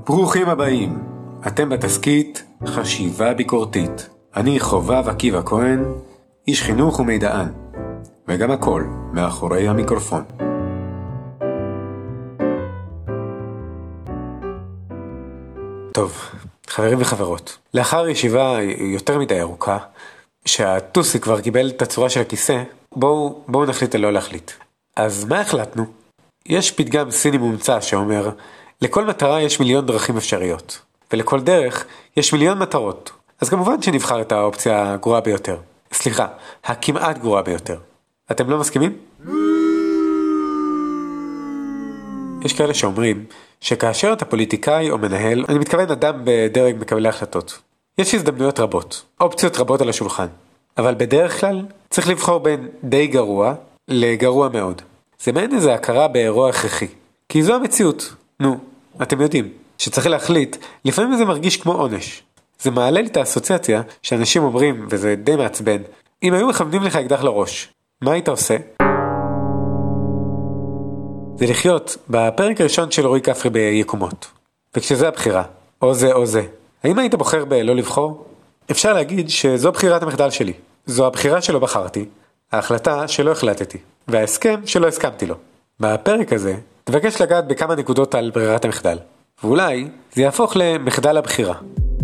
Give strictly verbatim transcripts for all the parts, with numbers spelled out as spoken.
ברוכים הבאים, אתם בתסקית חשיבה ביקורתית. אני חובב עקיבא כהן, איש חינוך ומידען, וגם הכל מאחורי המיקרופון. טוב, חברים וחברות, לאחר ישיבה יותר מדי ארוכה, שהטוסי כבר קיבל את הצורה של הכיסא, בואו, בואו נחליט על לא להחליט. אז מה החלטנו? יש פתגם סיני מומצא שאומר, לכל מטרה יש מיליון דרכים אפשריות, ולכל דרך יש מיליון מטרות. אז כמובן שנבחר את האופציה הגרועה ביותר. סליחה, הכמעט גרועה ביותר. אתם לא מסכימים? יש כאלה שאומרים שכאשר אתה פוליטיקאי או מנהל, אני מתכוון אדם בדרג מקבלי החלטות. יש הזדמנויות רבות, אופציות רבות על השולחן. אבל בדרך כלל צריך לבחור בין די גרוע לגרוע מאוד. זה מעין איזה הכרה באירוע הכרחי. כי זו המציאות. נו, אתם יודעים, שצריך להחליט, לפעמים זה מרגיש כמו עונש. זה מעלה לי את האסוציאציה שאנשים אומרים, וזה די מעצבן, אם היו מכוונים לך אקדח לראש, מה היית עושה? זה לחיות בפרק הראשון של אורי כפרי ביקומות. וכשזה הבחירה, או זה או זה, האם היית בוחר בלא לבחור? אפשר להגיד שזו בחירת המחדל שלי. זו הבחירה שלא בחרתי, ההחלטה שלא החלטתי, וההסכם שלא הסכמתי לו. בפרק הזה, תבקש לגעת בכמה נקודות על ברירת המחדל, ואולי זה יהפוך למחדל הבחירה.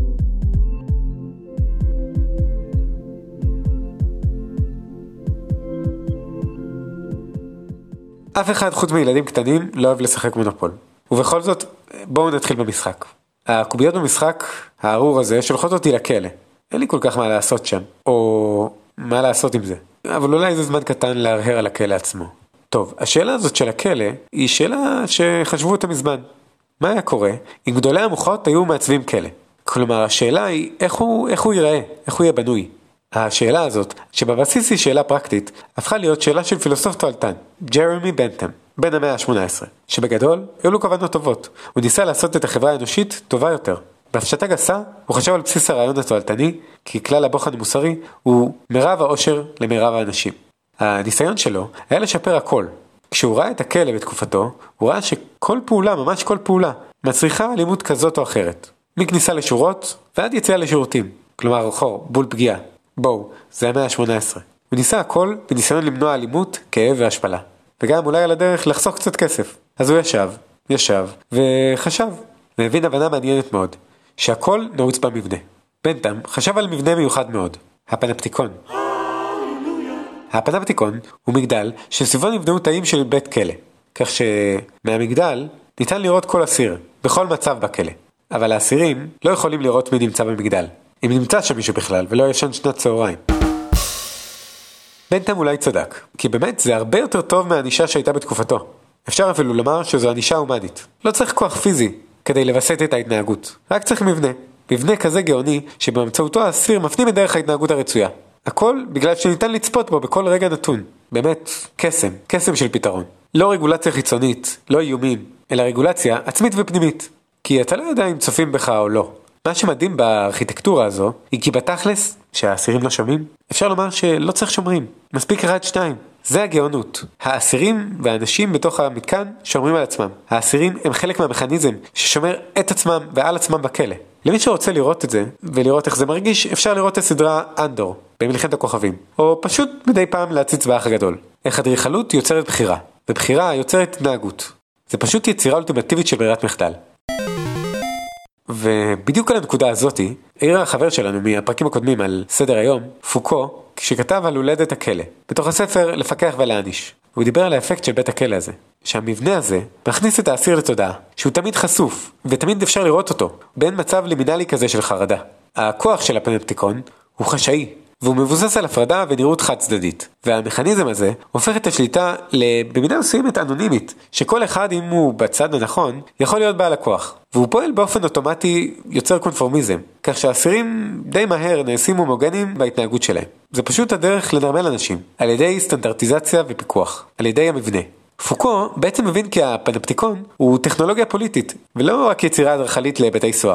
אף אחד חוץ מילדים קטנים לא אוהב לשחק מונופול. ובכל זאת, בואו נתחיל במשחק. הקוביות במשחק, הארור הזה, שולחות אותי לכלא. אין לי כל כך מה לעשות שם, או מה לעשות עם זה. אבל אולי זה זמן קטן להרהר על הכלא עצמו. טוב, השאלה הזאת של הכלא היא שאלה שחשבו אותה מזמן. מה היה קורה אם גדולי המוחות היו מעצבים כלא? כלומר, השאלה היא איך הוא, איך הוא ייראה, איך הוא יהיה בנוי. השאלה הזאת, שבבסיס היא שאלה פרקטית, הפכה להיות שאלה של פילוסוף תועלתן, ג'רמי בנטם, בן המאה ה-שמונה עשרה, שבגדול היו לו כוונות טובות. הוא ניסה לעשות את החברה האנושית טובה יותר. בהפשטה גסה, הוא חשב על בסיס הרעיון התועלתני, כי כלל הבוחן המוסרי הוא מרב האושר למרב האנשים. הניסיון שלו היה לשפר הכל. כשהוא ראה את הכלא בתקופתו, הוא ראה שכל פעולה, ממש כל פעולה, מצריכה אלימות כזאת או אחרת. מכניסה לשורות ועד יציאה לשירותים. כלומר, חור, בול פגיעה. בואו, זה המאה ה-שמונה עשרה. הוא ניסה הכל בניסיון למנוע אלימות, כאב והשפלה. וגם אולי על הדרך לחסוך קצת כסף. אז הוא ישב, ישב, וחשב. והבין הבנה מעניינת מאוד, שהכל נעוץ במבנה. בנטם חשב על מבנה מיוחד מאוד, הפנפטיקון. הפנפטיקון הוא מגדל שסביבו נבנו תאים של בית כלא, כך שמהמגדל ניתן לראות כל אסיר, בכל מצב בכלא. אבל האסירים לא יכולים לראות מי נמצא במגדל, אם נמצא שם מישהו בכלל ולא ישן שנת צהריים. בנטם אולי צדק, כי באמת זה הרבה יותר טוב מהענישה שהייתה בתקופתו. אפשר אפילו לומר שזו ענישה הומנית. לא צריך כוח פיזי כדי לבסט את ההתנהגות, רק צריך מבנה. מבנה כזה גאוני שבאמצעותו האסיר מפנים את דרך ההתנהגות הרצויה. הכל בגלל שניתן לצפות בו בכל רגע נתון. באמת, קסם, קסם של פתרון. לא רגולציה חיצונית, לא איומים, אלא רגולציה עצמית ופנימית. כי אתה לא יודע אם צופים בך או לא. מה שמדהים בארכיטקטורה הזו, היא כי בתכלס, שהאסירים לא שומעים, אפשר לומר שלא צריך שומרים. מספיק אחד שתיים. זה הגאונות. האסירים והאנשים בתוך המתקן שומרים על עצמם. האסירים הם חלק מהמכניזם ששומר את עצמם ועל עצמם בכלא. למי שרוצה לראות את זה, ולראות איך זה מרגיש, אפשר לראות את הסדרה אנדור, במלחמת הכוכבים. או פשוט מדי פעם להציץ באח הגדול. איך אדריכלות יוצרת בחירה, ובחירה יוצרת התנהגות. זה פשוט יצירה אולטימטיבית של ברירת מחדל. ובדיוק על הנקודה הזאת, העיר החבר שלנו מהפרקים הקודמים על סדר היום, פוקו, כשכתב על הולדת הכלא, בתוך הספר לפקח ולהעניש. הוא דיבר על האפקט של בית הכלא הזה, שהמבנה הזה מכניס את האסיר לתודעה, שהוא תמיד חשוף, ותמיד אפשר לראות אותו, בין מצב לימינלי כזה של חרדה. הכוח של הפנפטיקון הוא חשאי, והוא מבוסס על הפרדה ונראות חד צדדית. והמכניזם הזה הופך את השליטה במידה מסוימת אנונימית, שכל אחד אם הוא בצד הנכון יכול להיות בעל הכוח. והוא פועל באופן אוטומטי יוצר קונפורמיזם, כך שהאסירים די מהר נעשים הומוגנים בהתנהגות שלהם. זה פשוט הדרך לנרמל אנשים, על ידי סטנדרטיזציה ופיקוח, על ידי המבנה. פוקו בעצם מבין כי הפנפטיקון הוא טכנולוגיה פוליטית, ולא רק יצירה אדריכלית לבתי סוהר.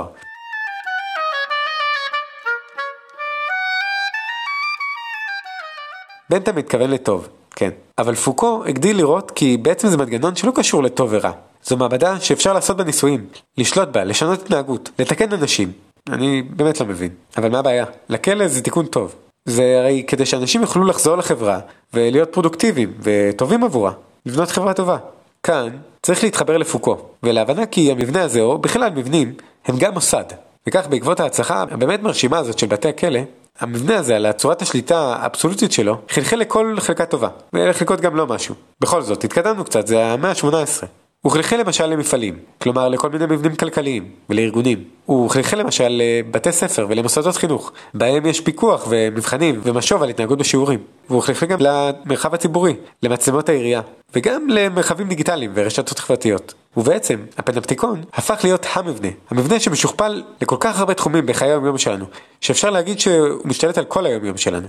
בנטם מתכוון לטוב, כן. אבל פוקו הגדיל לראות כי בעצם זה מנגנון שלא קשור לטוב ורע. זו מעבדה שאפשר לעשות בה ניסויים, לשלוט בה, לשנות התנהגות, לתקן אנשים. אני באמת לא מבין. אבל מה הבעיה? לכלא זה תיקון טוב. זה הרי כדי שאנשים יוכלו לחזור לחברה ולהיות פרודוקטיביים וטובים עבורה, לבנות חברה טובה. כאן צריך להתחבר לפוקו, ולהבנה כי המבנה הזה, או בכלל מבנים, הם גם מוסד. וכך בעקבות ההצלחה הבאמת מרשימה הזאת של בתי הכלא, המבנה הזה על צורת השליטה האבסולוטית שלו חלחל לכל חלקה טובה, ולחלקות גם לא משהו. בכל זאת, התקדמנו קצת, זה המאה ה-שמונה עשרה. הוא חלחל למשל למפעלים, כלומר לכל מיני מבנים כלכליים ולארגונים. הוא חלחל למשל לבתי ספר ולמוסדות חינוך, בהם יש פיקוח ומבחנים ומשוב על התנהגות בשיעורים. והוא חלחל גם למרחב הציבורי, למצלמות העירייה, וגם למרחבים דיגיטליים ורשתות חברתיות. ובעצם, הפנופטיקון הפך להיות המבנה, המבנה שמשוכפל לכל כך הרבה תחומים בחיי היום-יום שלנו, שאפשר להגיד שהוא משתלט על כל היום-יום שלנו.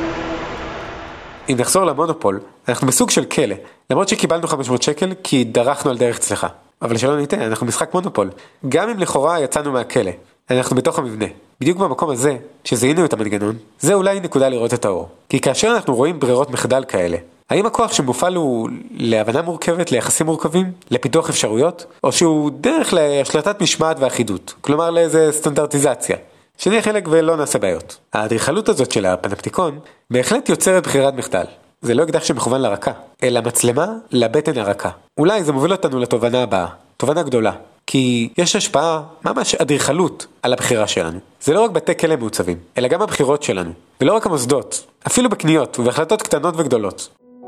אם נחזור למונופול, אנחנו בסוג של כלא, למרות שקיבלנו חמש מאות שקל כי דרכנו על דרך צלחה. אבל שלא ניתן, אנחנו משחק מונופול. גם אם לכאורה יצאנו מהכלא, אנחנו בתוך המבנה. בדיוק במקום הזה, שזיהינו את המנגנון, זה אולי נקודה לראות את האור. כי כאשר אנחנו רואים ברירות מחדל כאלה, האם הכוח שמופעל הוא להבנה מורכבת, ליחסים מורכבים, לפיתוח אפשרויות, או שהוא דרך להשלטת משמעת ואחידות, כלומר לאיזה סטנדרטיזציה, שנהיה חלק ולא נעשה בעיות. האדריכלות הזאת של הפנופטיקון בהחלט יוצרת בחירת מחדל. זה לא אקדח שמכוון לרקה, אלא מצלמה לבטן הרקה. אולי זה מוביל אותנו לתובנה הבאה, תובנה גדולה, כי יש השפעה, ממש אדריכלות, על הבחירה שלנו. זה לא רק בתי כלא מעוצבים, אלא גם הבחירות שלנו, ולא רק המוסדות, אפילו בקניות ובהחלטות קטנות וגדולות.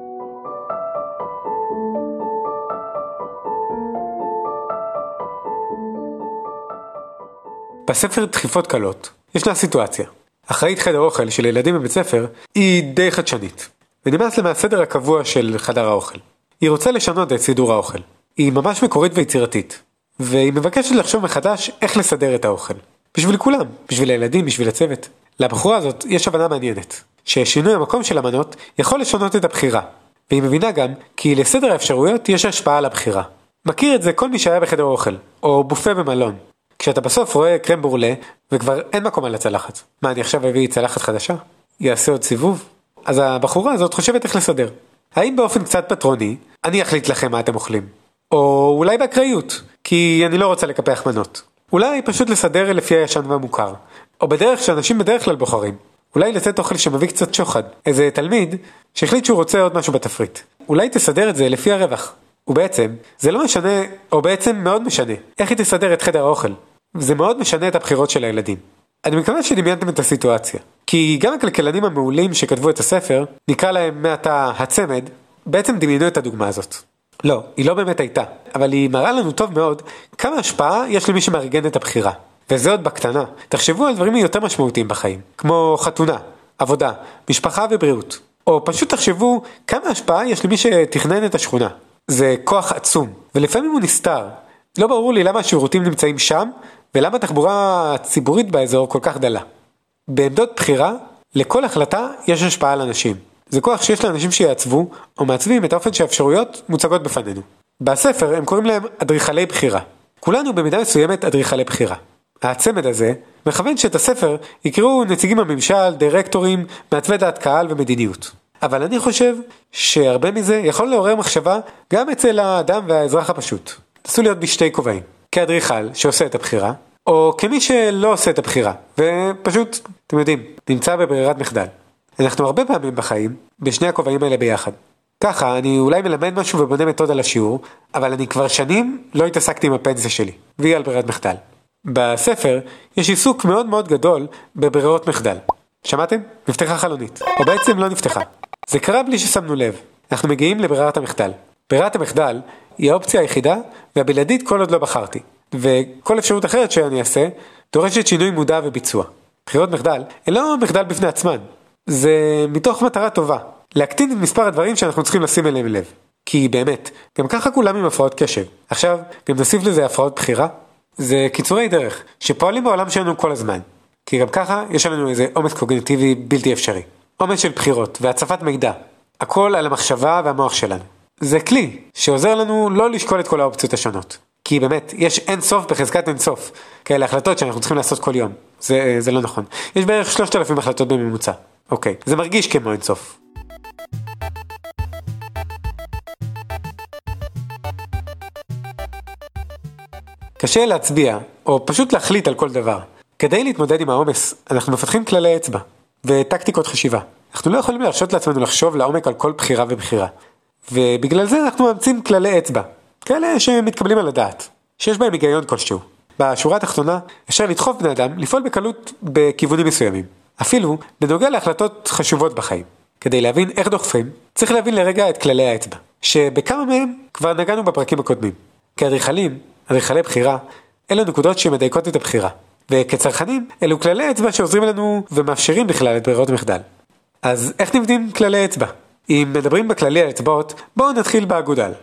בספר דחיפות קלות, ישנה סיטואציה. אחראית חדר אוכל של ילדים בבית ספר היא די חדשנית, ונמאס לה מהסדר הקבוע של חדר האוכל. היא רוצה לשנות את סידור האוכל. היא ממש מקורית ויצירתית, והיא מבקשת לחשוב מחדש איך לסדר את האוכל. בשביל כולם, בשביל הילדים, בשביל הצוות. לבחורה הזאת יש הבנה מעניינת, ששינוי המקום של המנות יכול לשנות את הבחירה, והיא מבינה גם כי לסדר האפשרויות יש השפעה על הבחירה. מכיר את זה כל מי שהיה בחדר אוכל, או בופה במלון. כשאתה בסוף רואה קרם בורלה, וכבר אין מקום על הצלחת. מה, אני עכשיו אביא צלחת חדשה? יעשה עוד סיבוב? אז הבחורה הזאת חושבת איך לסדר. האם באופן קצת פטרוני, אני אחליט לכם מה אתם אוכלים? או אולי באקראיות, כי אני לא רוצה לקפח מנות. אולי פשוט לסדר לפי הישן והמוכר. או בדרך שאנשים בדרך כלל בוחרים. אולי לתת אוכל שמביא קצת שוחד. איזה תלמיד שהחליט שהוא רוצה עוד משהו בתפריט. אולי תסדר את זה לפי הרווח. ובעצם, זה לא משנה, או בעצם מאוד משנה, איך היא תסדר את חדר האוכל. זה מאוד משנה את הבחירות של הילדים. אני מקווה שדמיינתם את הסיטואציה. כי גם הכלכלנים המעולים שכתבו את הספר, נקרא להם מעתה הצמד, בעצם דמיינו את הדוגמה הזאת. לא, היא לא באמת הייתה, אבל היא מראה לנו טוב מאוד כמה השפעה יש למי שמארגן את הבחירה. וזה עוד בקטנה. תחשבו על דברים יותר משמעותיים בחיים, כמו חתונה, עבודה, משפחה ובריאות. או פשוט תחשבו כמה השפעה יש למי שתכנן את השכונה. זה כוח עצום, ולפעמים הוא נסתר. לא ברור לי למה השירותים נמצאים שם, ולמה התחבורה הציבורית באזור כל כך דלה. בעמדות בחירה, לכל החלטה יש השפעה על אנשים. זה כוח שיש לאנשים שיעצבו, או מעצבים את האופן שהאפשרויות מוצגות בפנינו. בספר הם קוראים להם אדריכלי בחירה. כולנו במידה מסוימת אדריכלי בחירה. הצמד הזה מכוון שאת הספר יקראו נציגים הממשל, דירקטורים, מעצבי דעת קהל ומדיניות. אבל אני חושב שהרבה מזה יכול לעורר מחשבה גם אצל האדם והאזרח הפשוט. תעשו להיות בשתי כובעים. כאדריכל שעושה את הבחירה, או כמי שלא עושה את הבחירה, ופשוט, אתם יודעים, נמצא בברירת מחדל. אנחנו הרבה פעמים בחיים, בשני הכובעים האלה ביחד. ככה, אני אולי מלמד משהו ובונה מתודה לשיעור, אבל אני כבר שנים לא התעסקתי עם הפנסיה שלי, והיא על ברירת מחדל. בספר יש עיסוק מאוד מאוד גדול בברירות מחדל. שמעתם? נפתחה חלונית. או בעצם לא נפתחה. זה קרה בלי ששמנו לב. אנחנו מגיעים לברירת המחדל. ברירת המחדל היא האופציה היחידה והבלעדית כל עוד לא בחרתי. וכל אפשרות אחרת שאני אעשה דורשת שינוי מודע וביצוע. בחירות מחדל הן לא מחדל בפני עצמן. זה מתוך מטרה טובה. להקטין את מספר הדברים שאנחנו צריכים לשים אליהם לב. כי באמת, גם ככה כולם עם הפרעות קשב. עכשיו, גם נוסיף לזה הפרעות בחירה. זה קיצורי דרך שפועלים בעולם שלנו כל הזמן. כי גם ככה יש לנו איזה עומס קוגניטיבי בלתי אפשרי. עומס של בחירות והצפת מידע. הכל על המחשבה והמוח שלנו. זה כלי שעוזר לנו לא לשקול את כל האופציות השונות. כי באמת, יש אין סוף בחזקת אין סוף. כאלה החלטות שאנחנו צריכים לעשות כל יום. זה, זה לא נכון. יש בערך שלושת אלפים החלטות בממוצע. אוקיי, זה מרגיש כמו אין סוף. קשה להצביע, או פשוט להחליט על כל דבר. כדי להתמודד עם העומס, אנחנו מפתחים כללי אצבע, וטקטיקות חשיבה. אנחנו לא יכולים להרשות לעצמנו לחשוב לעומק על כל בחירה ובחירה. ובגלל זה אנחנו מאמצים כללי אצבע, כאלה שמתקבלים על הדעת, שיש בהם היגיון כלשהו. בשורה התחתונה, אפשר לדחוף בני אדם לפעול בקלות בכיוונים מסוימים. אפילו בנוגע להחלטות חשובות בחיים. כדי להבין איך דוחפים, צריך להבין לרגע את כללי האצבע, שבכמה מהם כבר נגענו בפרקים הקודמים. כאדריכלים, אדריכלי בחירה, אלו נקודות שמדייקות את הבחירה. וכצרכנים, אלו כללי אצבע שעוזרים לנו ומאפשרים בכלל את ברירות מחדל. אז איך נבדים כללי אצבע? אם מדברים בכללי על אצבעות, בואו נתחיל באגודל.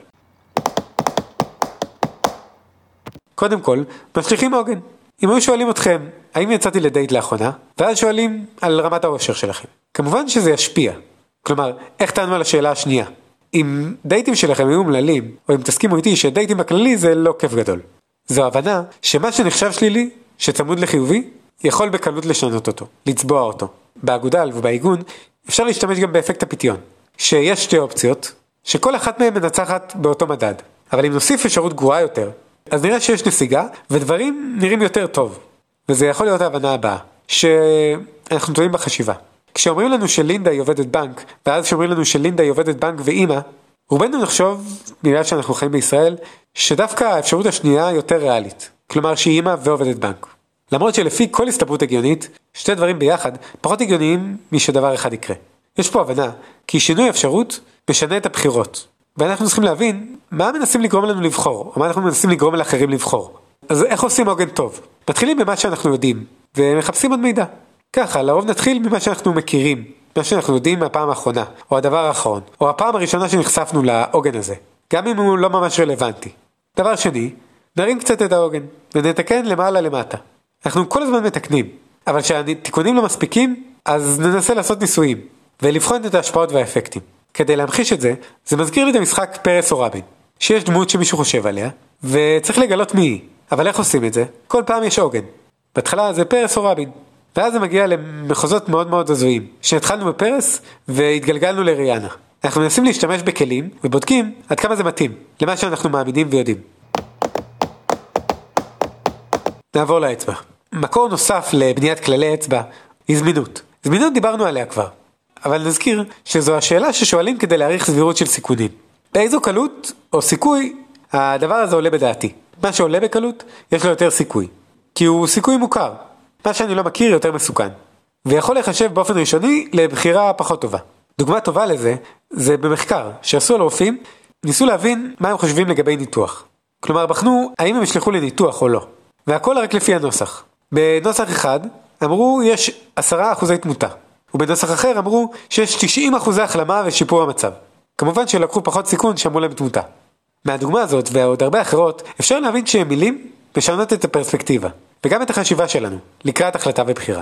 קודם כל, משליכים עוגן. אם היו שואלים אתכם, האם יצאתי לדייט לאחרונה? ואז שואלים על רמת האושר שלכם. כמובן שזה ישפיע. כלומר, איך תענו על השאלה השנייה? אם דייטים שלכם היו מללים, או אם תסכימו איתי שדייטים בכללי זה לא כיף גדול. זו הבנה שמה שנחשב שלילי, שצמוד לחיובי, יכול בקלות לשנות אותו, לצבוע אותו. באגודל ובעיגון אפשר להשתמש גם באפקט הפיתיון, שיש שתי אופציות, שכל אחת מהן מנצחת באותו מדד. אבל אם נוסיף אפשרות גרועה יותר, אז נראה שיש נסיגה, ודברים נראים יותר טוב. וזה יכול להיות ההבנה הבאה, שאנחנו טועים בחשיבה. כשאומרים לנו שלינדה היא עובדת בנק, ואז שאומרים לנו שלינדה היא עובדת בנק ואימא, רובנו נחשוב, בגלל שאנחנו חיים בישראל, שדווקא האפשרות השנייה יותר ריאלית. כלומר שהיא אימא ועובדת בנק. למרות שלפי כל הסתברות הגיונית, שתי דברים ביחד פחות הגיוניים משדבר אחד יקרה. יש פה הבנה כי שינוי אפשרות משנה את הבחירות. ואנחנו צריכים להבין מה מנסים לגרום לנו לבחור, או מה אנחנו מנסים לגרום לאחרים לבחור. אז איך עושים עוגן טוב? מתחילים במה שאנחנו יודעים, ומחפשים עוד מידע. ככה, לרוב נתחיל ממה שאנחנו מכירים, מה שאנחנו יודעים מהפעם האחרונה, או הדבר האחרון, או הפעם הראשונה שנחשפנו לעוגן הזה, גם אם הוא לא ממש רלוונטי. דבר שני, נרים קצת את העוגן, ונתקן למעלה למטה. אנחנו כל הזמן מתקנים, אבל כשהתיקונים לא מספיקים, אז ננסה לעשות ניסויים, ולבחון את ההשפעות והאפקטים. כדי להמחיש את זה, זה מזכיר לי את המשחק פרס או רבין, שיש דמות שמישהו חושב עליה, וצריך לגלות מי היא. אבל איך עושים את זה? כל פעם יש עוגן. בהתחלה זה פרס או רבין, ואז זה מגיע למחוזות מאוד מאוד הזויים, שהתחלנו בפרס והתגלגלנו לריאנה. אנחנו מנסים להשתמש בכלים ובודקים עד כמה זה מתאים למה שאנחנו מאמינים ויודעים. נעבור לאצבע. מקור נוסף לבניית כללי אצבע היא זמינות. זמינות דיברנו עליה כבר, אבל נזכיר שזו השאלה ששואלים כדי להעריך סבירות של סיכונים. באיזו קלות או סיכוי הדבר הזה עולה בדעתי? מה שעולה בקלות יש לו יותר סיכוי, כי הוא סיכוי מוכר. מה שאני לא מכיר יותר מסוכן, ויכול לחשב באופן ראשוני לבחירה פחות טובה. דוגמה טובה לזה, זה במחקר שעשו על רופאים, ניסו להבין מה הם חושבים לגבי ניתוח. כלומר, בחנו האם הם ישלחו לניתוח או לא, והכל רק לפי הנוסח. בנוסח אחד אמרו יש עשרה אחוזי תמותה, ובנוסח אחר אמרו שיש תשעים אחוזי החלמה ושיפור המצב. כמובן שלקחו פחות סיכון שאמרו להם תמותה. מהדוגמה הזאת ועוד הרבה אחרות, אפשר להבין שמילים משנות את הפרספקטיבה. וגם את החשיבה שלנו, לקראת החלטה ובחירה.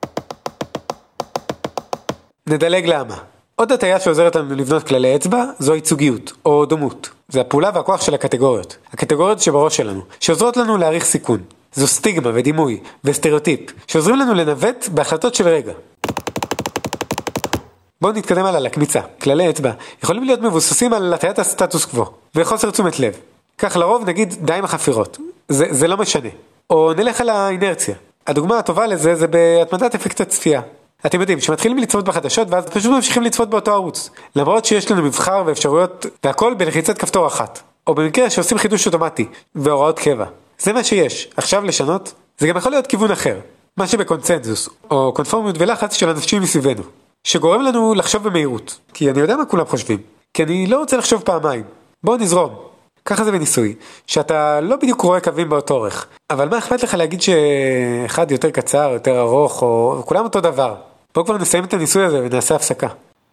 נדלג למה. עוד הטעיה שעוזרת לנו לבנות כללי אצבע, זו ייצוגיות, או דומות. זה הפעולה והכוח של הקטגוריות. הקטגוריות שבראש שלנו, שעוזרות לנו להעריך סיכון. זו סטיגמה ודימוי, וסטריאוטיפ, שעוזרים לנו לנווט בהחלטות של רגע. בואו נתקדם על הקמיצה. כללי אצבע יכולים להיות מבוססים על הטיית הסטטוס קוו, וחוסר תשומת לב. כך לרוב נגיד די עם החפירות. זה, זה לא משנה. או נלך על האינרציה. הדוגמה הטובה לזה זה בהתמדת אפקט הצפייה. אתם יודעים שמתחילים לצפות בחדשות ואז פשוט ממשיכים לצפות באותו ערוץ. למרות שיש לנו מבחר ואפשרויות והכל בלחיצת כפתור אחת. או במקרה שעושים חידוש אוטומטי והוראות קבע. זה מה שיש. עכשיו לשנות? זה גם יכול להיות כיוון אחר. מה שבקונצנזוס או קונפורמיות ולחץ של אנשים מסביבנו. שגורם לנו לחשוב במהירות. כי אני יודע מה כולם חושבים. כי אני לא רוצה לחשוב פעמיים. בואו נזרום. ככה זה בניסוי, שאתה לא בדיוק רואה קווים באותו אורך, אבל מה אכפת לך להגיד שאחד יותר קצר, יותר ארוך, או כולם אותו דבר? בואו כבר נסיים את הניסוי הזה ונעשה הפסקה.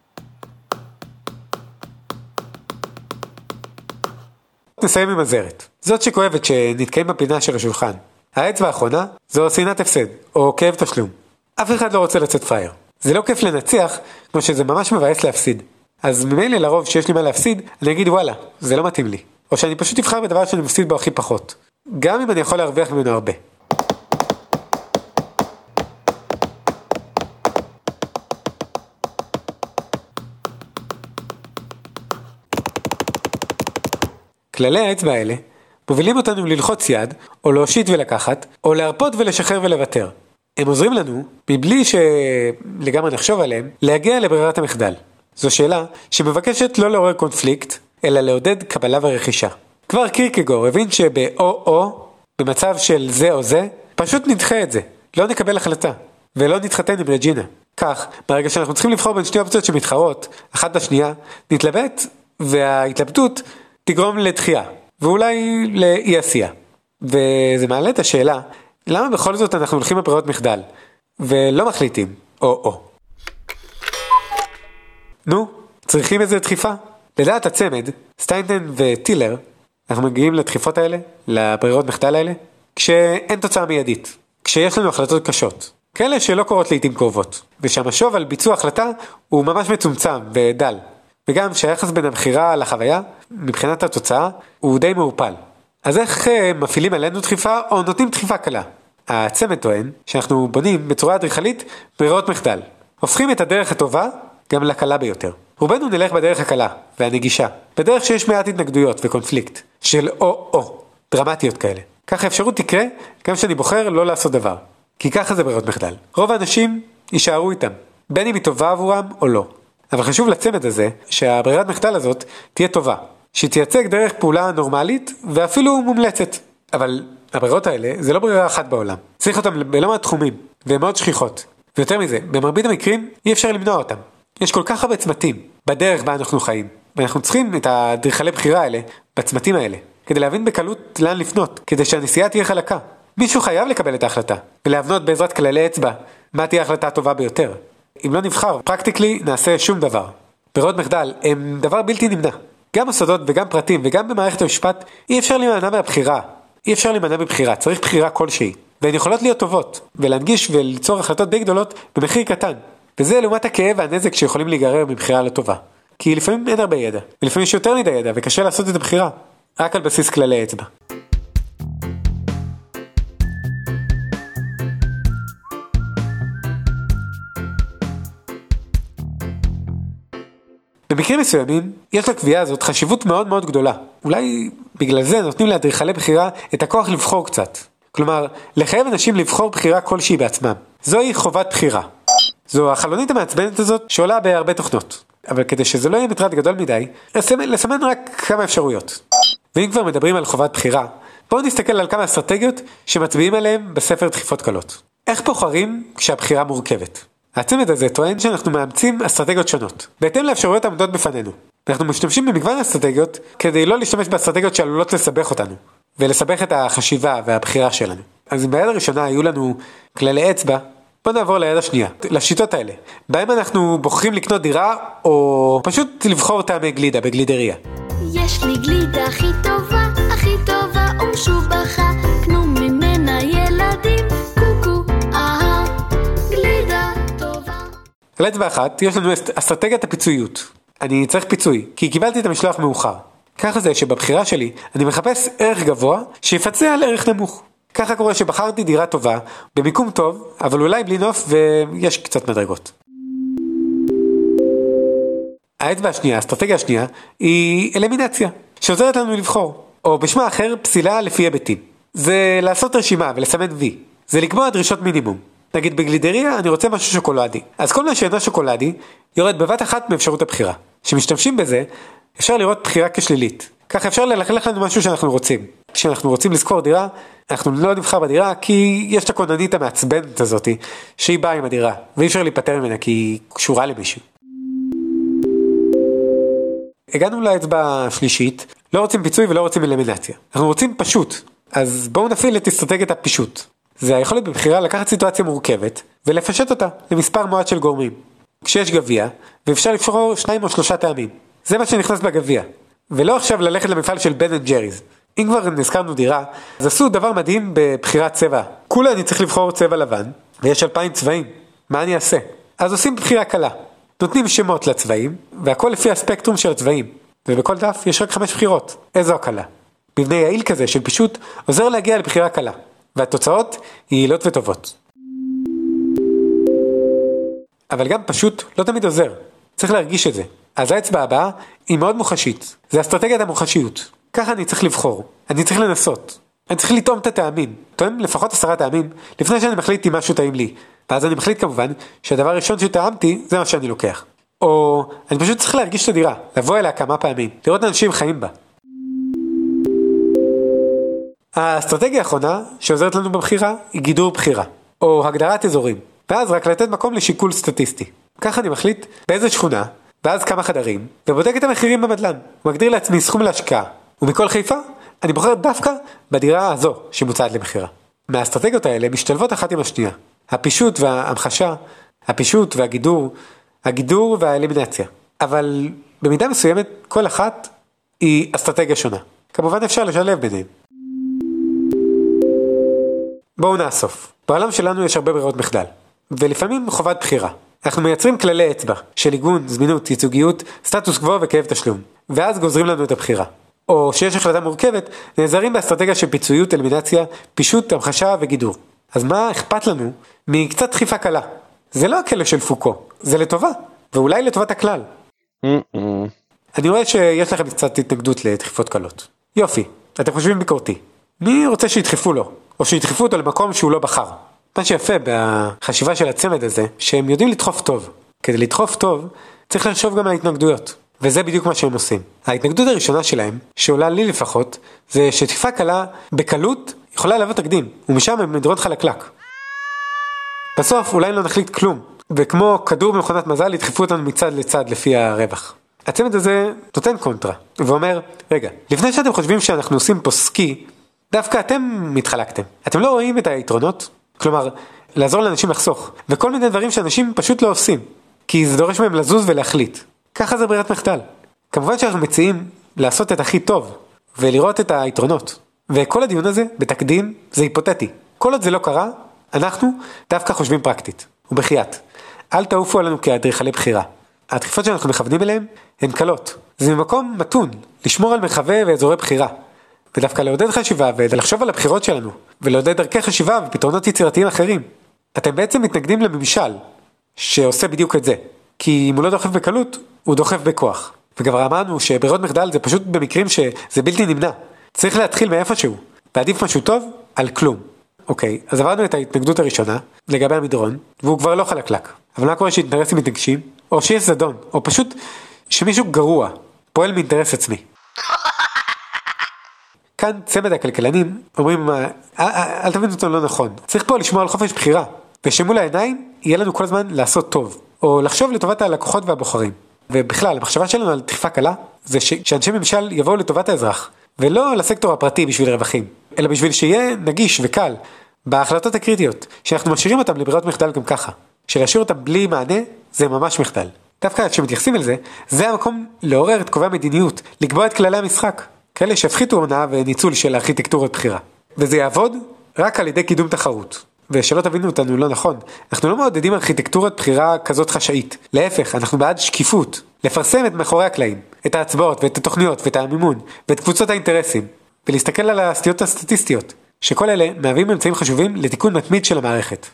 נסיים עם הזרת. זאת שכואבת שנתקיים בפינה של השולחן. האצבע האחרונה זו שנאת הפסד, או כאב תשלום. אף אחד לא רוצה לצאת פייר. זה לא כיף לנצח, כמו שזה ממש מבאס להפסיד. אז ממילא לרוב שיש לי מה להפסיד, אני אגיד וואלה, זה לא מתאים לי. או שאני פשוט אבחר בדבר שאני מפסיד בו הכי פחות. גם אם אני יכול להרוויח ממנו הרבה. כללי האצבע האלה מובילים אותנו ללחוץ יד, או להושיט ולקחת, או להרפות ולשחרר ולוותר. הם עוזרים לנו, מבלי שלגמרי נחשוב עליהם, להגיע לברירת המחדל. זו שאלה שמבקשת לא לעורר קונפליקט, אלא לעודד קבלה ורכישה. כבר קירקגור הבין שבאו-או, במצב של זה או זה, פשוט נדחה את זה, לא נקבל החלטה, ולא נתחתן עם רג'ינה. כך, ברגע שאנחנו צריכים לבחור בין שתי אופציות שמתחרות, אחת בשנייה, נתלבט, וההתלבטות תגרום לדחייה, ואולי לאי עשייה. וזה מעלה את השאלה, למה בכל זאת אנחנו הולכים בברירות מחדל, ולא מחליטים, או-או. נו, צריכים איזה דחיפה? לדעת הצמד, סטיינטן וטילר, אנחנו מגיעים לדחיפות האלה, לברירות מחדל האלה, כשאין תוצאה מיידית, כשיש לנו החלטות קשות, כאלה שלא קורות לעתים קרובות, ושהמשוב על ביצוע החלטה הוא ממש מצומצם ודל, וגם שהיחס בין הבחירה לחוויה, מבחינת התוצאה, הוא די מעורפל. אז איך מפעילים עלינו דחיפה או נותנים דחיפה קלה? הצמד טוען שאנחנו בונים בצורה אדריכלית ברירות מחדל, הופכים את הדרך הטובה גם לקלה ביותר. רובנו נלך בדרך הקלה והנגישה, בדרך שיש מעט התנגדויות וקונפליקט, של או-או, דרמטיות כאלה. כך האפשרות תקרה גם שאני בוחר לא לעשות דבר, כי ככה זה ברירות מחדל. רוב האנשים יישארו איתם, בין אם היא טובה עבורם או לא. אבל חשוב לצמד הזה שהברירת מחדל הזאת תהיה טובה, שתייצג דרך פעולה נורמלית ואפילו מומלצת. אבל הברירות האלה זה לא ברירה אחת בעולם. צריך אותם בלא מעט תחומים, והן מאוד שכיחות. ויותר מזה, במרבית המקרים אי אפשר למנוע אותם. יש כל כך הרבה צמתים בדרך בה אנחנו חיים, ואנחנו צריכים את האדריכלי בחירה האלה בצמתים האלה, כדי להבין בקלות לאן לפנות, כדי שהנסיעה תהיה חלקה. מישהו חייב לקבל את ההחלטה, ולהבנות בעזרת כללי אצבע מה תהיה ההחלטה הטובה ביותר. אם לא נבחר, פרקטיקלי נעשה שום דבר. ברירות מחדל הם דבר בלתי נמנע. גם מוסדות וגם פרטים וגם במערכת המשפט אי אפשר להימנע מהבחירה. אי אפשר להימנע מבחירה, צריך בחירה כלשהי. והן יכולות להיות טובות, ולהנגיש וליצור החלטות די גדולות במחיר קטן. וזה לעומת הכאב והנזק שיכולים להיגרר מבחירה לא טובה. כי לפעמים אין הרבה ידע, ולפעמים יש יותר מדי ידע, וקשה לעשות את הבחירה, רק על בסיס כללי אצבע. במקרים מסוימים, יש לקביעה הזאת חשיבות מאוד מאוד גדולה. אולי בגלל זה נותנים לאדריכלי בחירה את הכוח לבחור קצת. כלומר, לחייב אנשים לבחור בחירה כלשהי בעצמם. זוהי חובת בחירה. זו החלונית המעצבנת הזאת שעולה בהרבה תוכנות. אבל כדי שזה לא יהיה מטרד גדול מדי, לסמן, לסמן רק כמה אפשרויות. ואם כבר מדברים על חובת בחירה, בואו נסתכל על כמה אסטרטגיות שמצביעים עליהם בספר דחיפות קלות. איך בוחרים כשהבחירה מורכבת? הצמד הזה טוען שאנחנו מאמצים אסטרטגיות שונות, בהתאם לאפשרויות העומדות בפנינו. אנחנו משתמשים במגוון אסטרטגיות כדי לא להשתמש באסטרטגיות שעלולות לסבך אותנו, ולסבך את החשיבה והבחירה שלנו. אז אם ביד הראשונה היו לנו כללי אצבע, בוא נעבור ליד השנייה, לשיטות האלה, בהם אנחנו בוחרים לקנות דירה, או פשוט לבחור טעמי גלידה בגלידריה. יש לי גלידה הכי טובה, הכי טובה ומשובחה, קנו ממנה ילדים, קוקו, אהה, גלידה טובה. על אצבע אחת יש לנו אסטרטגיית הפיצויות. אני צריך פיצוי, כי קיבלתי את המשלוח מאוחר. ככה זה שבבחירה שלי אני מחפש ערך גבוה שיפצה על ערך נמוך. ככה קורה שבחרתי דירה טובה, במיקום טוב, אבל אולי בלי נוף ויש קצת מדרגות. האצבע השנייה, האסטרטגיה השנייה, היא אלמינציה, שעוזרת לנו לבחור, או בשמה אחר, פסילה לפי היבטים. זה לעשות רשימה ולסמן וי. זה לקבוע דרישות מינימום. נגיד בגלידריה אני רוצה משהו שוקולדי. אז כל מה שאינו שוקולדי יורד בבת אחת מאפשרות הבחירה. כשמשתמשים בזה, אפשר לראות בחירה כשלילית. ככה אפשר ללכלך לנו משהו שאנחנו רוצים. כשאנחנו רוצים לזכור דירה, אנחנו לא נבחר בדירה, כי יש את הקוננית המעצבנת הזאת, שהיא באה עם הדירה, ואי אפשר להיפטר ממנה, כי היא קשורה למישהו. הגענו לאצבע השלישית, לא רוצים פיצוי ולא רוצים אלמינציה. אנחנו רוצים פשוט, אז בואו נפעיל את אסטרטגיית הפישוט. זה היכולת בבחירה לקחת סיטואציה מורכבת, ולפשט אותה למספר מועט של גורמים. כשיש גביע, ואפשר לבחור שניים או שלושה טעמים. זה מה שנכנס בגביע. ולא עכשיו ללכת למפעל של בן אנד ג'ריז. אם כבר נזכרנו דירה, אז עשו דבר מדהים בבחירת צבע. כולה אני צריך לבחור צבע לבן, ויש אלפיים צבעים. מה אני אעשה? אז עושים בחירה קלה. נותנים שמות לצבעים, והכל לפי הספקטרום של הצבעים. ובכל דף יש רק חמש בחירות. איזו הקלה? מבנה יעיל כזה של פישוט עוזר להגיע לבחירה קלה. והתוצאות יעילות וטובות. אבל גם פשוט לא תמיד עוזר. צריך להרגיש את זה. אז האצבע הבאה היא מאוד מוחשית. זה אסטרטגיית המוחשיות. ככה אני צריך לבחור. אני צריך לנסות. אני צריך לטעום את הטעמים. טועם לפחות עשרה טעמים, לפני שאני מחליט אם משהו טעים לי. ואז אני מחליט כמובן שהדבר הראשון שטעמתי, זה מה שאני לוקח. או אני פשוט צריך להרגיש את הדירה, לבוא אליה כמה פעמים, לראות אנשים חיים בה. האסטרטגיה האחרונה שעוזרת לנו בבחירה היא גידור בחירה, או הגדרת אזורים, ואז רק לתת מקום לשיקול סטטיסטי. ככה אני מחליט באיזה שכונה, ואז כמה חדרים, ובודק את המחירים במדלן, ומגדיר לעצמי סכום להשקעה, ומכל חיפה אני בוחר דווקא בדירה הזו שמוצעת למחירה. מהאסטרטגיות האלה משתלבות אחת עם השנייה, הפישוט וההמחשה, הפישוט והגידור, הגידור והאלימינציה. אבל במידה מסוימת כל אחת היא אסטרטגיה שונה. כמובן אפשר לשלב ביניהם. בואו נאסוף. בעולם שלנו יש הרבה ברירות מחדל, ולפעמים חובת בחירה. אנחנו מייצרים כללי אצבע של עיגון, זמינות, ייצוגיות, סטטוס קוו וכאב תשלום, ואז גוזרים לנו את הבחירה. או שיש החלטה מורכבת, נעזרים באסטרטגיה של פיצויות, אלימינציה, פישוט, המחשה וגידור. אז מה אכפת לנו מקצת דחיפה קלה? זה לא הכלא של פוקו, זה לטובה, ואולי לטובת הכלל. אני רואה שיש לכם קצת התנגדות לדחיפות קלות. יופי, אתם חושבים ביקורתי. מי רוצה שידחפו לו, או שידחפו אותו למקום שהוא לא בחר? מה שיפה בחשיבה של הצמד הזה, שהם יודעים לדחוף טוב. כדי לדחוף טוב, צריך לחשוב גם על ההתנגדויות. וזה בדיוק מה שהם עושים. ההתנגדות הראשונה שלהם, שעולה לי לפחות, זה שדחיפה קלה בקלות יכולה להוות תקדים, ומשם הם מדרון חלקלק. בסוף אולי לא נחליט כלום, וכמו כדור במכונת מזל ידחפו אותנו מצד לצד לפי הרווח. הצמד הזה נותן קונטרה, ואומר, רגע, לפני שאתם חושבים שאנחנו עושים פה סקי, דווקא אתם מתחלקתם. אתם לא רואים את היתרונות? כלומר, לעזור לאנשים לחסוך, וכל מיני דברים שאנשים פשוט לא עושים, כי זה דורש מהם לזוז ולהחליט. ככה זה ברירת מחדל. כמובן שאנחנו מציעים לעשות את הכי טוב, ולראות את היתרונות. וכל הדיון הזה, בתקדים, זה היפותטי. כל עוד זה לא קרה, אנחנו דווקא חושבים פרקטית. ובחייאת, אל תעופו עלינו כאדריכלי בחירה. הדחיפות שאנחנו מכוונים אליהם הן קלות. זה ממקום מתון, לשמור על מרחבי ואזורי בחירה. ודווקא לעודד חשיבה ולחשוב על הבחירות שלנו, ולעודד דרכי חשיבה ופתרונות יצירתיים אחרים. אתם בעצם מתנגדים לממשל, שעושה בדיוק את זה. כי אם הוא לא דוחף בקלות, הוא דוחף בכוח. וגם אמרנו שברירות מחדל זה פשוט במקרים שזה בלתי נמנע. צריך להתחיל מאיפשהו, ועדיף משהו טוב על כלום. אוקיי, אז עברנו את ההתנגדות הראשונה, לגבי המדרון, והוא כבר לא חלקלק. אבל מה קורה שאינטרסים מתנגשים, או שיש זדון, או פשוט שמישהו גרוע, פועל מאינטרס עצמי. כאן צמד הכלכלנים אומרים, אל תבין אותו לא נכון, צריך פה לשמוע על חופש בחירה, ושמול העיניים יהיה לנו כל הזמן לעשות טוב, או לחשוב לטובת הלקוחות והבוחרים. ובכלל, המחשבה שלנו על דחיפה קלה, זה שאנשי ממשל יבואו לטובת האזרח, ולא לסקטור הפרטי בשביל רווחים, אלא בשביל שיהיה נגיש וקל בהחלטות הקריטיות, שאנחנו משאירים אותם לברירות מחדל גם ככה. שלהשאיר אותם בלי מענה, זה ממש מחדל. דווקא כשמתייחסים אל זה, זה המקום לעורר את קובעי המדיניות, לקבוע את כללי המשחק, כאלה שהפחיתו הונאה וניצול של הארכיטקטורת בחירה. וזה יעבוד רק על ידי קידום תחרות. ושלא תבינו אותנו לא נכון, אנחנו לא מעודדים ארכיטקטורת בחירה כזאת חשאית. להפך, אנחנו בעד שקיפות, לפרסם את מאחורי הקלעים, את ההצבעות ואת התוכניות ואת המימון ואת קבוצות האינטרסים, ולהסתכל על הסטיות הסטטיסטיות, שכל אלה מהווים אמצעים חשובים לתיקון מתמיד של המערכת.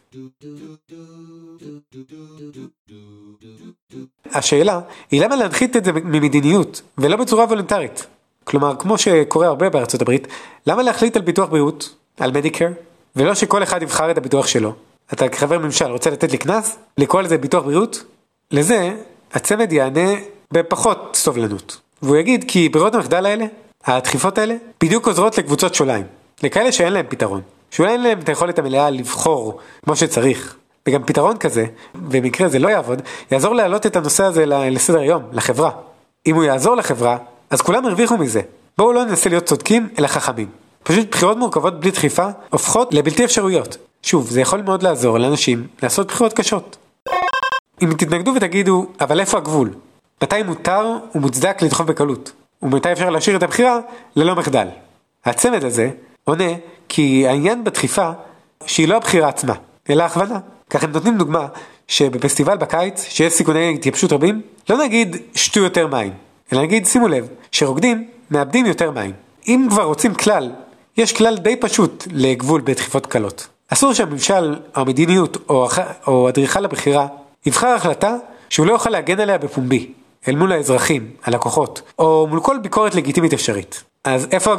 השאלה היא למה להנחית את זה ממדיניות ולא בצורה וולונטרית. כלומר, כמו שקורה הרבה בארצות הברית, למה להחליט על ביטוח בריאות, על מדיקר, ולא שכל אחד יבחר את הביטוח שלו? אתה כחבר ממשל רוצה לתת לי כנס? לקרוא לזה ביטוח בריאות? לזה הצמד יענה בפחות סובלנות. והוא יגיד כי ברירות המחדל האלה, הדחיפות האלה, בדיוק עוזרות לקבוצות שוליים. לכאלה שאין להם פתרון. שאולי אין להם את היכולת המלאה לבחור כמו שצריך. וגם פתרון כזה, במקרה זה לא יעבוד, יעזור להעלות את הנושא הזה לסדר היום, לחברה. אם הוא יעזור לחברה, אז כולם הרוויחו מזה. בואו לא ננסה להיות צודקים, אלא חכמים. פשוט בחירות מורכבות בלי דחיפה, הופכות לבלתי אפשרויות. שוב, זה יכול מאוד לעזור לאנשים לעשות בחירות קשות. אם תתנגדו ותגידו, אבל איפה הגבול? מתי מותר ומוצדק לדחוף בקלות? ומתי אפשר להשאיר את הבחירה ללא מחדל? הצמד הזה עונה כי העניין בדחיפה שהיא לא הבחירה עצמה, אלא הכוונה. כך הם נותנים דוגמה שבפסטיבל בקיץ, שיש סיכוני התייבשות רבים, לא נגיד שתו יותר מים, אלא נגיד שימו לב שרוקדים מאבדים יותר מים. אם כבר רוצים כלל, יש כלל די פשוט לגבול בדחיפות קלות. אסור שהממשל, או המדיניות, או, או אדריכל הבחירה, יבחר החלטה שהוא לא יוכל להגן עליה בפומבי, אל מול האזרחים, הלקוחות, או מול כל ביקורת לגיטימית אפשרית. אז איפה הגבול?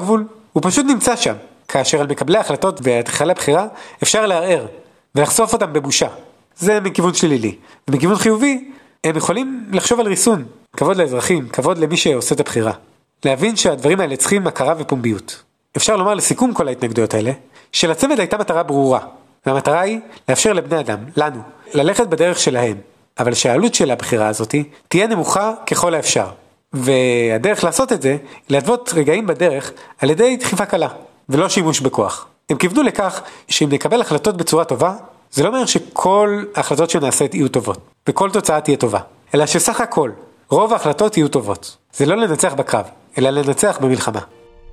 הוא פשוט נמצא שם, כאשר על מקבלי ההחלטות והתחילה הבחירה אפשר לערער ולחשוף אותם בבושה. זה מכיוון שלילי. ומכיוון חיובי, הם יכולים לחשוב על ריסון, כבוד לאזרחים, כבוד למי שעושה את הבחירה. להבין שהדברים האלה צריכים הכרה ופומביות. אפשר לומר לסיכום כל ההתנגדויות האלה, שלצמד הייתה מטרה ברורה, והמטרה היא לאפשר לבני אדם, לנו, ללכת בדרך שלהם, אבל שהעלות של הבחירה הזאת תהיה נמוכה ככל האפשר. והדרך לעשות את זה, היא להתוות רגעים בדרך על ידי דחיפה קלה, ולא שימוש בכוח. הם כיוונו לכך שאם נקבל החלטות בצורה טובה, זה לא אומר שכל ההחלטות שנעשית יהיו טובות, וכל תוצאה תהיה טובה, אלא שסך הכל, רוב ההחלטות יהיו טובות. זה לא לנצח בקרב, אלא לנצח במלחמה.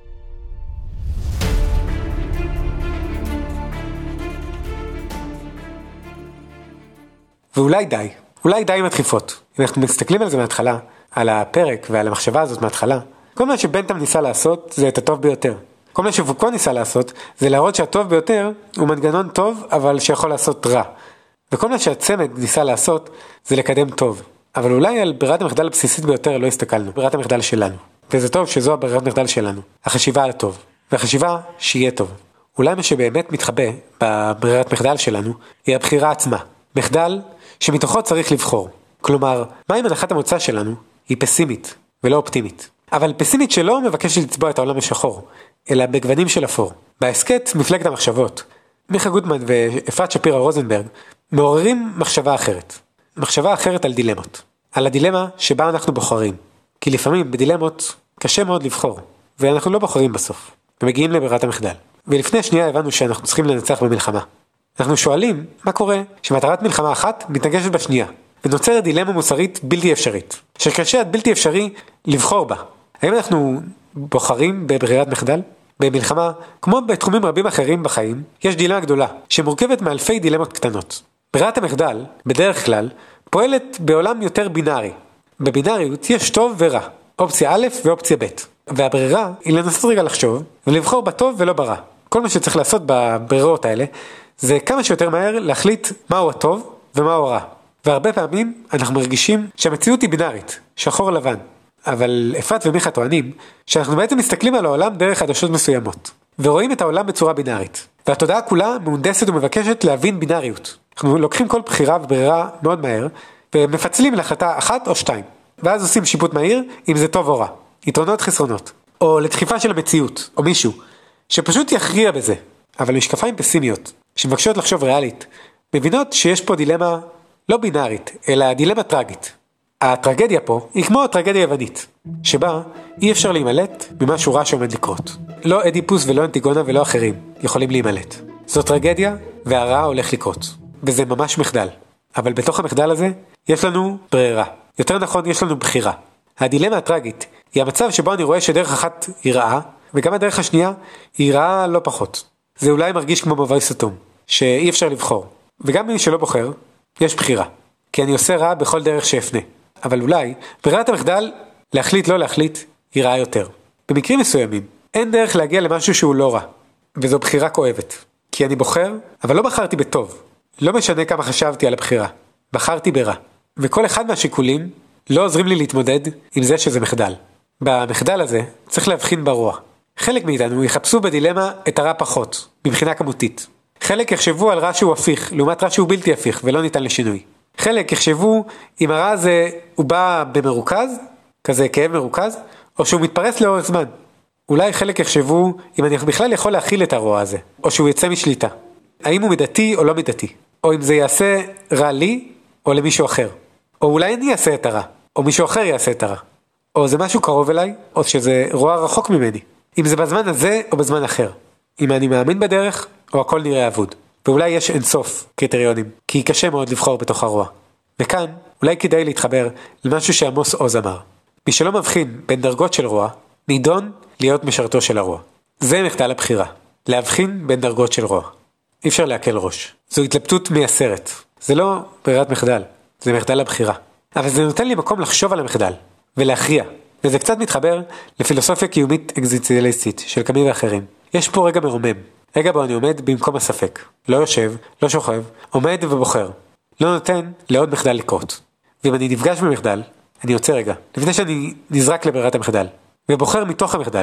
ואולי די, אולי די עם הדחיפות. אם אנחנו מסתכלים על זה מההתחלה, על הפרק ועל המחשבה הזאת מההתחלה, כל מה שבנטם ניסה לעשות זה את הטוב ביותר. כל מה שפוקו ניסה לעשות זה להראות שהטוב ביותר הוא מנגנון טוב אבל שיכול לעשות רע. וכל מה שהצמד ניסה לעשות זה לקדם טוב. אבל אולי על ברירת המחדל הבסיסית ביותר לא הסתכלנו, ברירת המחדל שלנו. וזה טוב שזו הברירת המחדל שלנו, החשיבה על הטוב. והחשיבה שיהיה טוב. אולי מה שבאמת מתחבא בברירת מחדל שלנו היא הבחירה עצמה. מחדל שמתוכו צריך לבחור. כלומר, מה אם הנחת המוצא שלנו היא פסימית ולא אופטימית. אבל פסימית שלא מבקשת לצבוע את העולם השחור, אלא בגוונים של אפור. בהסקט מפלגת המחשבות, מיכה גוטמן ואפרת שפירא רוזנברג מעוררים מחשבה אחרת. מחשבה אחרת על דילמות. על הדילמה שבה אנחנו בוחרים. כי לפעמים בדילמות קשה מאוד לבחור, ואנחנו לא בוחרים בסוף, ומגיעים לברירת המחדל. ולפני שנייה הבנו שאנחנו צריכים לנצח במלחמה. אנחנו שואלים מה קורה שמטרת מלחמה אחת מתנגשת בשנייה, ונוצרת דילמה מוסרית בלתי אפשרית, שקשה עד בלתי אפשרי לבחור בה. האם אנחנו בוחרים בברירת מחדל? במלחמה, כמו בתחומים רבים אחרים בחיים, יש דילמה גדולה, שמורכבת מאלפי דילמות קטנות. ברירת המחדל, בדרך כלל, פועלת בעולם יותר בינארי. בבינאריות יש טוב ורע, אופציה א' ואופציה ב'. והברירה היא לנסות רגע לחשוב, ולבחור בטוב ולא ברע. כל מה שצריך לעשות בברירות האלה, זה כמה שיותר מהר להחליט מהו הטוב ומהו הרע. והרבה פעמים אנחנו מרגישים שהמציאות היא בינארית, שחור לבן. אבל אפרת ומיכה טוענים שאנחנו בעצם מסתכלים על העולם דרך עדשות מסוימות, ורואים את העולם בצורה בינארית. והתודעה כולה מהונדסת ומבקשת להבין בינאריות. אנחנו לוקחים כל בחירה וברירה מאוד מהר, ומפצלים להחלטה אחת או שתיים. ואז עושים שיפוט מהיר אם זה טוב או רע. יתרונות חסרונות. או לדחיפה של המציאות, או מישהו, שפשוט יכריע בזה. אבל משקפיים פסימיות, שמבקשות לחשוב ריאלית, מבינות שיש פה דילמה לא בינארית, אלא דילמה טרגית. הטרגדיה פה היא כמו הטרגדיה היוונית, שבה אי אפשר להימלט ממשהו רע שעומד לקרות. לא אדיפוס ולא אנטיגונה ולא אחרים יכולים להימלט. זו טרגדיה והרע הולך לקרות. וזה ממש מחדל. אבל בתוך המחדל הזה יש לנו ברירה. יותר נכון יש לנו בחירה. הדילמה הטרגית היא המצב שבו אני רואה שדרך אחת היא רעה, וגם הדרך השנייה היא רעה לא פחות. זה אולי מרגיש כמו מבוי סתום, שאי אפשר לבחור. וגם מי שלא בוחר, יש בחירה. כי אני עושה רע בכל דרך שאפנה. אבל אולי, ברירת המחדל, להחליט לא להחליט, היא רעה יותר. במקרים מסוימים, אין דרך להגיע למשהו שהוא לא רע. וזו בחירה כואבת. כי אני בוחר, אבל לא בחרתי בטוב. לא משנה כמה חשבתי על הבחירה. בחרתי ברע. וכל אחד מהשיקולים לא עוזרים לי להתמודד עם זה שזה מחדל. במחדל הזה צריך להבחין ברוע. חלק מאיתנו יחפשו בדילמה את הרע פחות, מבחינה כמותית. חלק יחשבו על רע שהוא הפיך, לעומת רע שהוא בלתי הפיך ולא ניתן לשינוי. חלק יחשבו אם הרע הזה הוא בא במרוכז, כזה כאב מרוכז, או שהוא מתפרס לאורך זמן. אולי חלק יחשבו אם אני בכלל יכול להכיל את הרוע הזה, או שהוא יצא משליטה. האם הוא מידתי או לא מידתי, או אם זה יעשה רע לי או למישהו אחר. או אולי אני אעשה את הרע, או מישהו אחר יעשה את הרע. או זה משהו קרוב אליי, או שזה רוע רחוק ממני. אם זה בזמן הזה או בזמן אחר. אם אני מאמין בדרך, או הכל נראה אבוד. ואולי יש אינסוף קריטריונים, כי קשה מאוד לבחור בתוך הרוע. וכאן, אולי כדאי להתחבר למשהו שעמוס עוז אמר. מי שלא מבחין בין דרגות של רוע, נידון להיות משרתו של הרוע. זה מחדל הבחירה. להבחין בין דרגות של רוע. אי אפשר להקל ראש. זו התלבטות מייסרת. זה לא ברירת מחדל, זה מחדל הבחירה. אבל זה נותן לי מקום לחשוב על המחדל, ולהכריע. וזה קצת מתחבר לפילוסופיה קיומית אקזיסטנציאליסטית של קאמי ואחרים. יש פה רגע מרומם. רגע בו אני עומד במקום הספק. לא יושב, לא שוכב, עומד ובוחר. לא נותן לעוד מחדל לקרות. ואם אני נפגש במחדל, אני יוצא רגע, לפני שאני נזרק לברירת המחדל. ובוחר מתוך המחדל.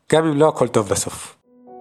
גם אם לא הכל טוב בסוף.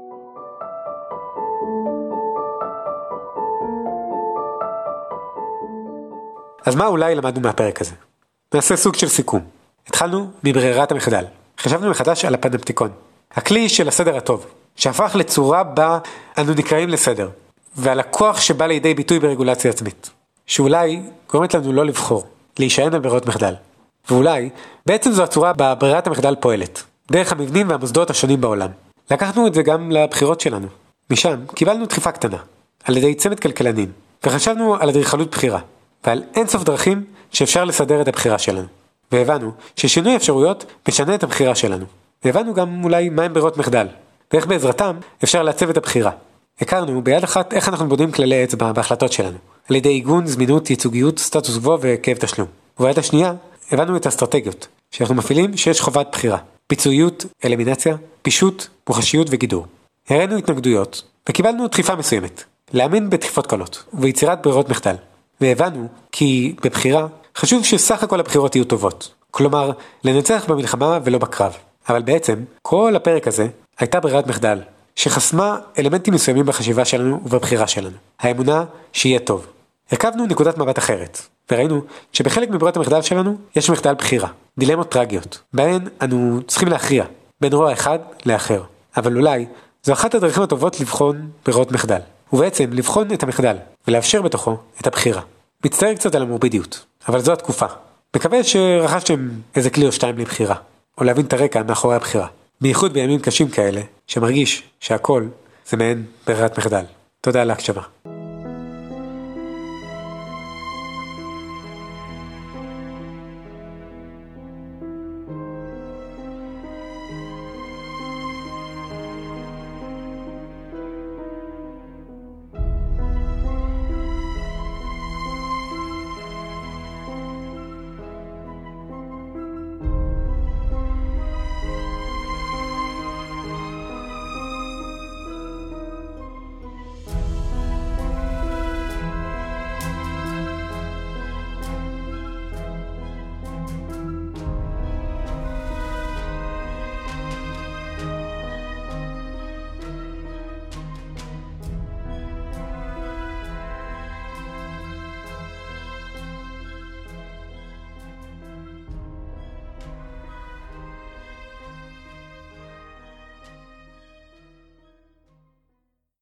אז מה אולי למדנו מהפרק הזה? נעשה סוג של סיכום. התחלנו מברירת המחדל. חשבנו מחדש על הפנופטיקון, הכלי של הסדר הטוב, שהפך לצורה בה אנו נקראים לסדר, ועל הכוח שבא לידי ביטוי ברגולציה עצמית, שאולי גורמת לנו לא לבחור, להישען על ברירות מחדל. ואולי בעצם זו הצורה בה ברירת המחדל פועלת, דרך המבנים והמוסדות השונים בעולם. לקחנו את זה גם לבחירות שלנו. משם קיבלנו דחיפה קטנה, על ידי צמד כלכלנים, וחשבנו על אדריכלות בחירה, ועל אינסוף דרכים שאפשר לסדר את הבחירה שלנו. והבנו ששינוי אפשרויות משנה את הבחירה שלנו. והבנו גם אולי מהם ברירות מחדל, ואיך בעזרתם אפשר לעצב את הבחירה. הכרנו ביד אחת איך אנחנו בונים כללי אצבע בהחלטות שלנו, על ידי עיגון, זמינות, ייצוגיות, סטטוס קוו וכאב תשלום. וביד השנייה הבנו את האסטרטגיות שאנחנו מפעילים שיש חובת בחירה, פיצויות, אלמינציה, פישוט, מוחשיות וגידור. הראינו התנגדויות וקיבלנו דחיפה מסוימת, להאמין בדחיפות קלות וביצירת ברירות מחדל. והבנו כי בבחירה חשוב שסך הכל הבחירות יהיו טובות, כלומר לנצח במלחמה ולא בקרב. אבל בעצם כל הפרק הזה הייתה ברירת מחדל שחסמה אלמנטים מסוימים בחשיבה שלנו ובבחירה שלנו, האמונה שיהיה טוב. הרכבנו נקודת מבט אחרת וראינו שבחלק מברירות המחדל שלנו יש מחדל בחירה, דילמות טרגיות, בהן אנו צריכים להכריע בין רוע אחד לאחר. אבל אולי זו אחת הדרכים הטובות לבחון ברירות מחדל, ובעצם לבחון את המחדל ולאפשר בתוכו את הבחירה. מצטער קצת על המורבידיות, אבל זו התקופה. מקווה שרכשתם איזה כלי או שתיים לבחירה, או להבין את הרקע מאחורי הבחירה, בייחוד בימים קשים כאלה, שמרגיש שהכל זה מעין ברירת מחדל. תודה על ההקשבה.